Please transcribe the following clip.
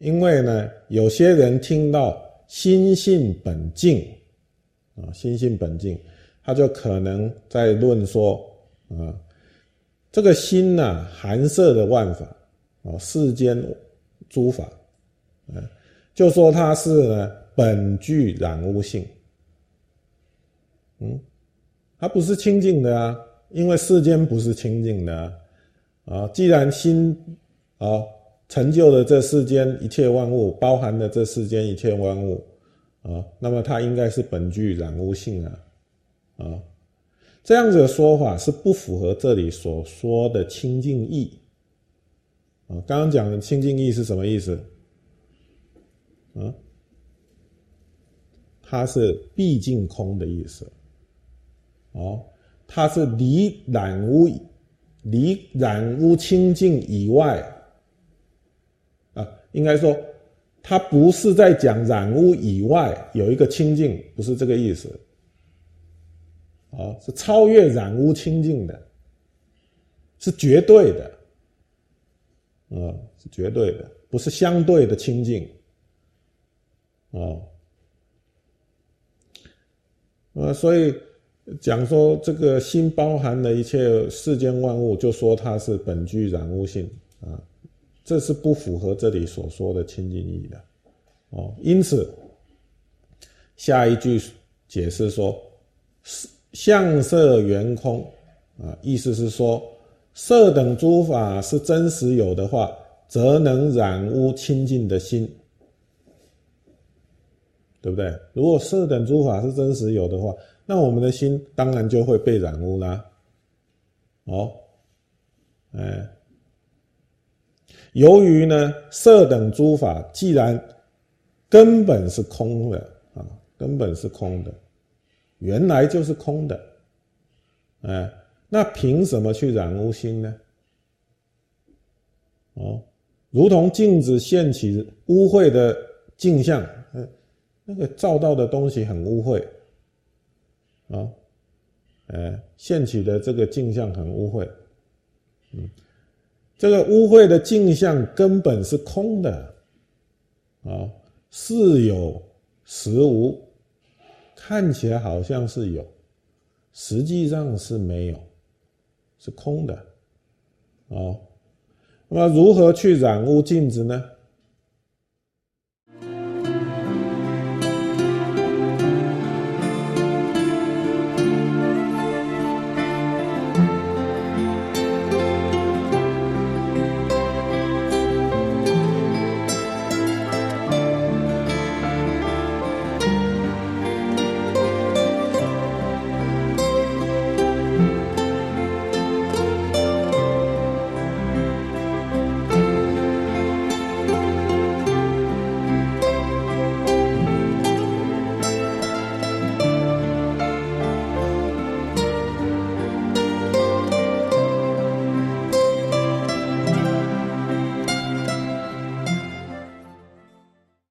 因为呢，有些人听到心性本净啊，心性本净，他就可能在论说啊，这个心呢，含摄的万法啊，世间诸法，就说它是呢本具染污性，它不是清净的啊，因为世间不是清净的啊，既然心啊成就了这世间一切万物，包含了这世间一切万物啊，那么它应该是本具染污性啊，这样子的说法是不符合这里所说的清净义啊。刚刚讲的清净义是什么意思？它是毕竟空的意思它是离染污清净以外应该说它不是在讲染污以外有一个清净，不是这个意思是超越染污清净的，是绝对的是绝对的，不是相对的清净所以讲说这个心包含了一切世间万物，就说它是本具染污性这是不符合这里所说的清净义的因此下一句解释说相色圆空意思是说色等诸法是真实有的话，则能染污清净的心，对不对？如果色等诸法是真实有的话，那我们的心当然就会被染污啦由于呢色等诸法既然根本是空的根本是空的，原来就是空的那凭什么去染污心呢如同镜子现起污秽的镜像那个照到的东西很污秽现起的这个镜像很污秽这个污秽的镜像根本是空的是有实无，看起来好像是有，实际上是没有，是空的那么如何去染污镜子呢？